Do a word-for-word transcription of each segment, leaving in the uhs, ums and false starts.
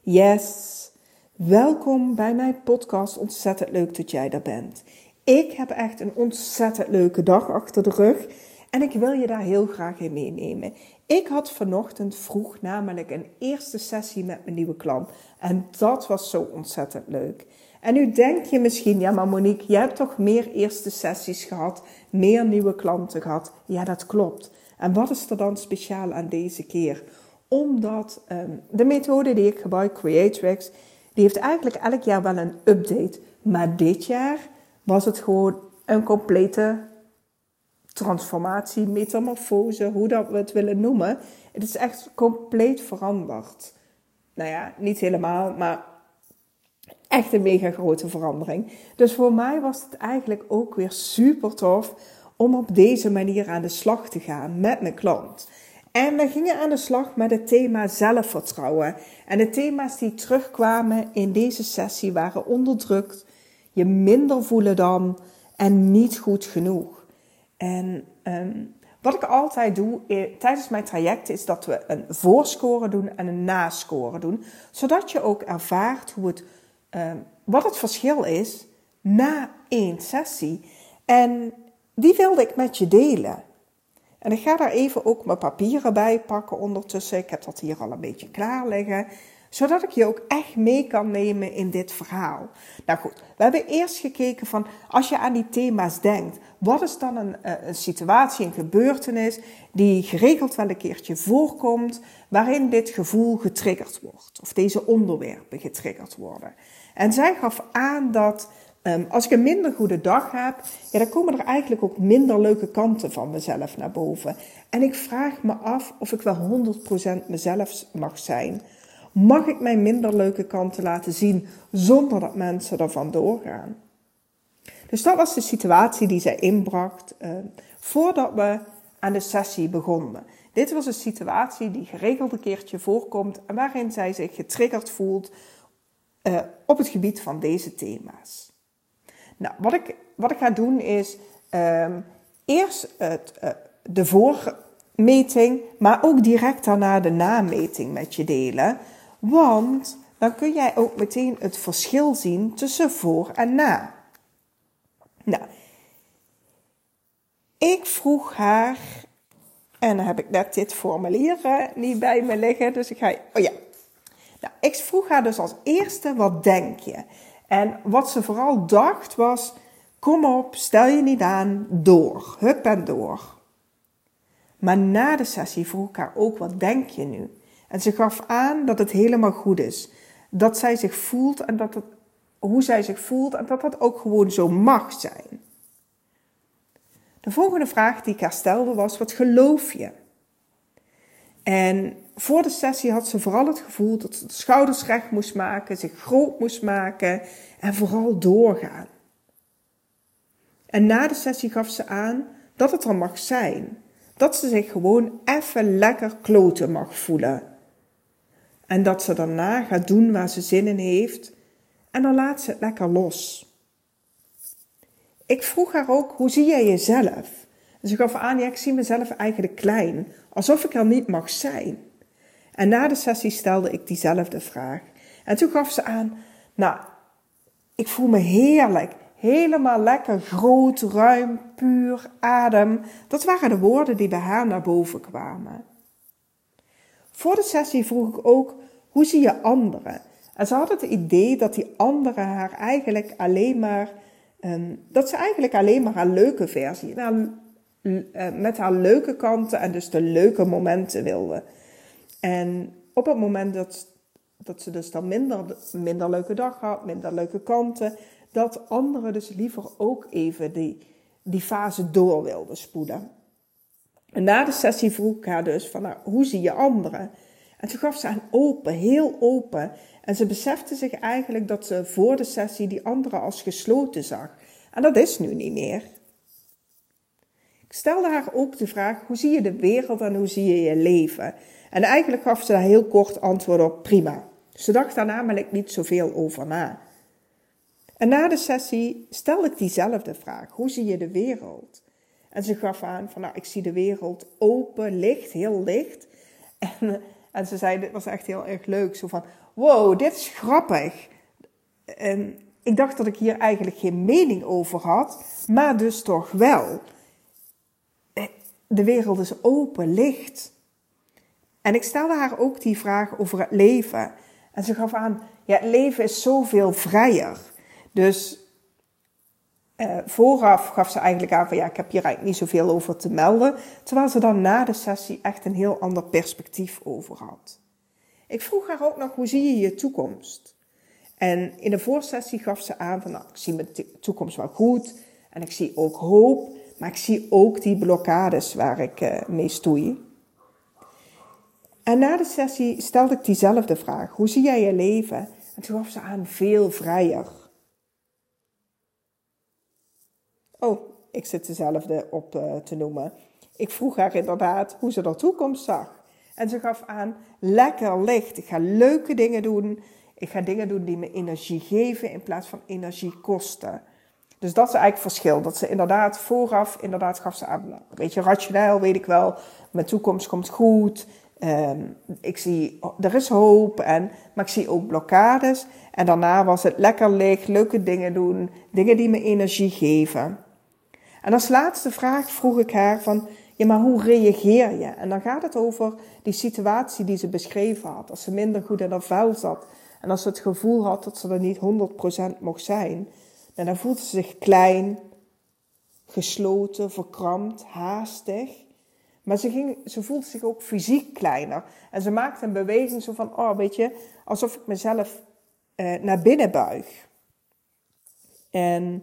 Yes, welkom bij mijn podcast. Ontzettend leuk dat jij er bent. Ik heb echt een ontzettend leuke dag achter de rug en ik wil je daar heel graag in meenemen. Ik had vanochtend vroeg namelijk een eerste sessie met mijn nieuwe klant en dat was zo ontzettend leuk. En nu denk je misschien, ja maar Monique, je hebt toch meer eerste sessies gehad, meer nieuwe klanten gehad? Ja, dat klopt. En wat is er dan speciaal aan deze keer? Omdat um, de methode die ik gebruik, Creatrix, die heeft eigenlijk elk jaar wel een update. Maar dit jaar was het gewoon een complete transformatie, metamorfose, hoe dat we het willen noemen. Het is echt compleet veranderd. Nou ja, niet helemaal, maar echt een mega grote verandering. Dus voor mij was het eigenlijk ook weer super tof om op deze manier aan de slag te gaan met mijn klant. En we gingen aan de slag met het thema zelfvertrouwen. En de thema's die terugkwamen in deze sessie waren onderdrukt, je minder voelen dan en niet goed genoeg. En um, wat ik altijd doe eh, tijdens mijn traject is dat we een voorscore doen en een nascore doen. Zodat je ook ervaart hoe het, um, wat het verschil is na één sessie. En die wilde ik met je delen. En ik ga daar even ook mijn papieren bij pakken ondertussen. Ik heb dat hier al een beetje klaar liggen. Zodat ik je ook echt mee kan nemen in dit verhaal. Nou goed, we hebben eerst gekeken van, als je aan die thema's denkt, wat is dan een, een situatie, een gebeurtenis die geregeld wel een keertje voorkomt, waarin dit gevoel getriggerd wordt. Of deze onderwerpen getriggerd worden. En zij gaf aan dat Um, als ik een minder goede dag heb, ja, dan komen er eigenlijk ook minder leuke kanten van mezelf naar boven. En ik vraag me af of ik wel honderd procent mezelf mag zijn. Mag ik mijn minder leuke kanten laten zien zonder dat mensen ervan doorgaan? Dus dat was de situatie die zij inbracht uh, voordat we aan de sessie begonnen. Dit was een situatie die geregeld een keertje voorkomt en waarin zij zich getriggerd voelt uh, op het gebied van deze thema's. Nou, wat ik, wat ik ga doen is um, eerst het, uh, de voormeting, maar ook direct daarna de nameting met je delen. Want dan kun jij ook meteen het verschil zien tussen voor en na. Nou, ik vroeg haar, en dan heb ik net dit formulier uh, niet bij me liggen, dus ik ga, oh ja. Nou, ik vroeg haar dus als eerste, wat denk je? En wat ze vooral dacht was, kom op, stel je niet aan, door, hup en door. Maar na de sessie vroeg ik haar ook, wat denk je nu? En ze gaf aan dat het helemaal goed is. Dat zij zich voelt en dat het, hoe zij zich voelt en dat dat ook gewoon zo mag zijn. De volgende vraag die ik haar stelde was, wat geloof je? En voor de sessie had ze vooral het gevoel dat ze de schouders recht moest maken, zich groot moest maken en vooral doorgaan. En na de sessie gaf ze aan dat het er mag zijn. Dat ze zich gewoon even lekker kloten mag voelen. En dat ze daarna gaat doen waar ze zin in heeft en dan laat ze het lekker los. Ik vroeg haar ook, hoe zie jij jezelf? En ze gaf aan, ja, ik zie mezelf eigenlijk klein, alsof ik er niet mag zijn. En na de sessie stelde ik diezelfde vraag. En toen gaf ze aan, nou, ik voel me heerlijk, helemaal lekker groot, ruim, puur, adem. Dat waren de woorden die bij haar naar boven kwamen. Voor de sessie vroeg ik ook, hoe zie je anderen? En ze had het idee dat die anderen haar eigenlijk alleen maar, um, dat ze eigenlijk alleen maar haar leuke versie, nou, met haar leuke kanten en dus de leuke momenten wilde. En op het moment dat, dat ze dus dan minder, minder leuke dag had, minder leuke kanten, dat anderen dus liever ook even die, die fase door wilden spoelen. En na de sessie vroeg ik haar dus van, nou, hoe zie je anderen? En toen gaf ze aan open, heel open. En ze besefte zich eigenlijk dat ze voor de sessie die anderen als gesloten zag. En dat is nu niet meer. Ik stelde haar ook de vraag, hoe zie je de wereld en hoe zie je je leven? En eigenlijk gaf ze daar heel kort antwoord op, prima. Ze dacht daar namelijk niet zoveel over na. En na de sessie stelde ik diezelfde vraag, hoe zie je de wereld? En ze gaf aan van, nou, ik zie de wereld open, licht, heel licht. En, En ze zei, dit was echt heel erg leuk. Zo van, wow, dit is grappig. En ik dacht dat ik hier eigenlijk geen mening over had. Maar dus toch wel. De wereld is open, licht. En ik stelde haar ook die vraag over het leven. En ze gaf aan, ja, het leven is zoveel vrijer. Dus uh, vooraf gaf ze eigenlijk aan van, ja, ik heb hier eigenlijk niet zoveel over te melden. Terwijl ze dan na de sessie echt een heel ander perspectief over had. Ik vroeg haar ook nog, hoe zie je je toekomst? En in de voorsessie gaf ze aan van, nou, ik zie mijn toekomst wel goed. En ik zie ook hoop. Maar ik zie ook die blokkades waar ik uh, mee stoei. En na de sessie stelde ik diezelfde vraag. Hoe zie jij je leven? En toen gaf ze aan, veel vrijer. Oh, ik zit dezelfde op uh, te noemen. Ik vroeg haar inderdaad hoe ze de toekomst zag. En ze gaf aan, lekker licht. Ik ga leuke dingen doen. Ik ga dingen doen die me energie geven in plaats van energie kosten. Dus dat is eigenlijk het verschil. Dat ze inderdaad vooraf, inderdaad gaf ze aan, nou, weet je, rationeel weet ik wel, mijn toekomst komt goed. Um, ik zie, er is hoop, en, maar ik zie ook blokkades. En daarna was het lekker licht, leuke dingen doen, dingen die me energie geven. En als laatste vraag vroeg ik haar van, ja, maar hoe reageer je? En dan gaat het over die situatie die ze beschreven had. Als ze minder goed in haar vel zat en als ze het gevoel had dat ze er niet honderd procent mocht zijn. En dan voelde ze zich klein, gesloten, verkrampt, haastig. Maar ze, ging, ze voelde zich ook fysiek kleiner. En ze maakte een beweging zo van, oh, weet je, alsof ik mezelf eh, naar binnen buig. En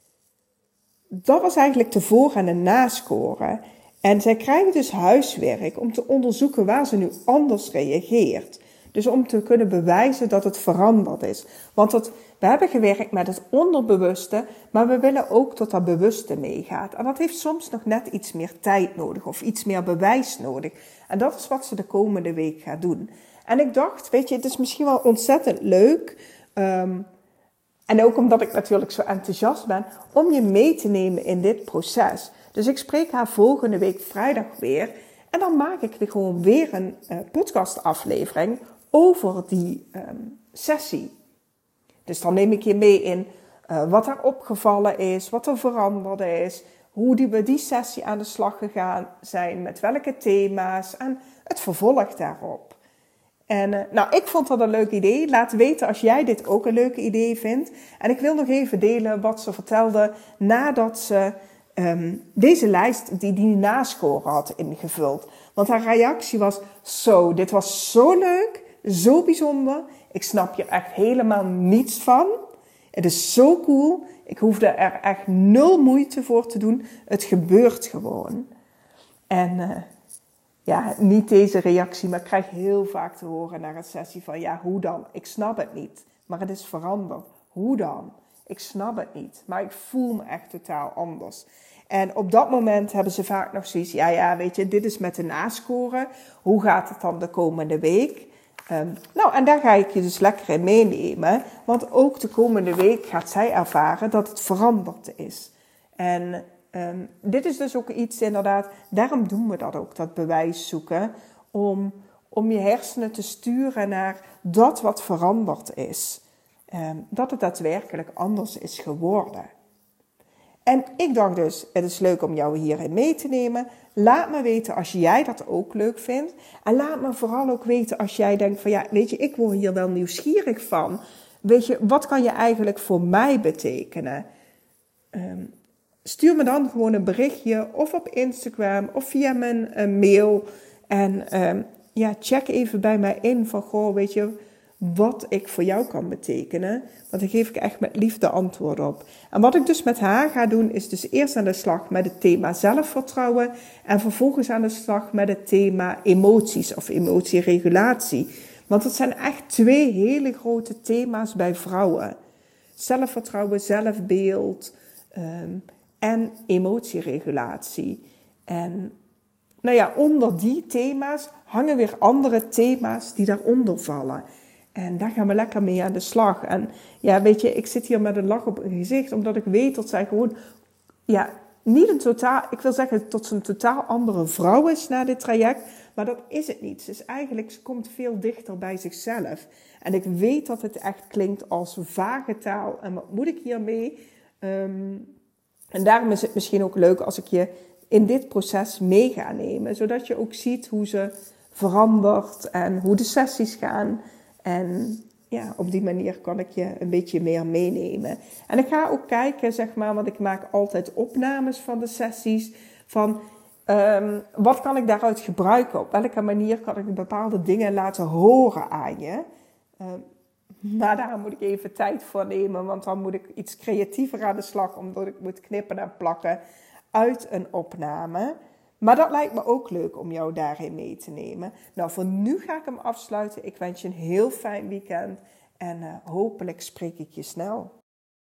dat was eigenlijk de voor- en de nascoren. En zij krijgt dus huiswerk om te onderzoeken waar ze nu anders reageert. Dus om te kunnen bewijzen dat het veranderd is. Want het, we hebben gewerkt met het onderbewuste, maar we willen ook dat dat bewuste meegaat. En dat heeft soms nog net iets meer tijd nodig of iets meer bewijs nodig. En dat is wat ze de komende week gaat doen. En ik dacht, weet je, het is misschien wel ontzettend leuk. Um, en ook omdat ik natuurlijk zo enthousiast ben, om je mee te nemen in dit proces. Dus ik spreek haar volgende week vrijdag weer. En dan maak ik weer gewoon weer een uh, podcastaflevering over die um, sessie. Dus dan neem ik je mee in uh, wat er opgevallen is, wat er veranderd is, hoe die we die sessie aan de slag gegaan zijn, met welke thema's en het vervolg daarop. En uh, nou, ik vond dat een leuk idee. Laat weten als jij dit ook een leuk idee vindt. En ik wil nog even delen wat ze vertelde nadat ze um, deze lijst, die die nascoren had ingevuld. Want haar reactie was zo, dit was zo leuk, zo bijzonder. Ik snap hier echt helemaal niets van. Het is zo cool. Ik hoefde er echt nul moeite voor te doen. Het gebeurt gewoon. En uh, ja, niet deze reactie, maar ik krijg heel vaak te horen na een sessie van, ja, hoe dan? Ik snap het niet, maar het is veranderd. Hoe dan? Ik snap het niet, maar ik voel me echt totaal anders. En op dat moment hebben ze vaak nog zoiets, ja, ja, weet je, dit is met de nascoren. Hoe gaat het dan de komende week? Um, nou, en daar ga ik je dus lekker in meenemen. Want ook de komende week gaat zij ervaren dat het veranderd is. En um, dit is dus ook iets inderdaad, daarom doen we dat ook, dat bewijs zoeken. Om, om je hersenen te sturen naar dat wat veranderd is. Um, dat het daadwerkelijk anders is geworden. En ik dacht dus, het is leuk om jou hierin mee te nemen. Laat me weten als jij dat ook leuk vindt. En laat me vooral ook weten als jij denkt van, ja, weet je, ik word hier wel nieuwsgierig van. Weet je, wat kan je eigenlijk voor mij betekenen? Um, stuur me dan gewoon een berichtje of op Instagram of via mijn uh, mail. En um, ja, check even bij mij in van, goh, weet je, wat ik voor jou kan betekenen. Want daar geef ik echt met liefde antwoord op. En wat ik dus met haar ga doen, is dus eerst aan de slag met het thema zelfvertrouwen. En vervolgens aan de slag met het thema emoties of emotieregulatie. Want dat zijn echt twee hele grote thema's bij vrouwen. Zelfvertrouwen, zelfbeeld um, en emotieregulatie. En nou ja, onder die thema's hangen weer andere thema's die daaronder vallen. En daar gaan we lekker mee aan de slag. En ja, weet je, ik zit hier met een lach op mijn gezicht, omdat ik weet dat zij gewoon, ja, niet een totaal, ik wil zeggen dat ze een totaal andere vrouw is na dit traject, Maar dat is het niet. Ze is eigenlijk, ze komt veel dichter bij zichzelf. En ik weet dat het echt klinkt als vage taal. En wat moet ik hiermee? Um, en daarom is het misschien ook leuk als ik je in dit proces mee ga nemen. Zodat je ook ziet hoe ze verandert en hoe de sessies gaan. En ja, op die manier kan ik je een beetje meer meenemen. En ik ga ook kijken, zeg maar, want ik maak altijd opnames van de sessies. Van um, wat kan ik daaruit gebruiken? Op welke manier kan ik bepaalde dingen laten horen aan je? Um, maar daar moet ik even tijd voor nemen. Want dan moet ik iets creatiever aan de slag. Omdat ik moet knippen en plakken uit een opname. Maar dat lijkt me ook leuk om jou daarin mee te nemen. Nou, voor nu ga ik hem afsluiten. Ik wens je een heel fijn weekend. En uh, hopelijk spreek ik je snel.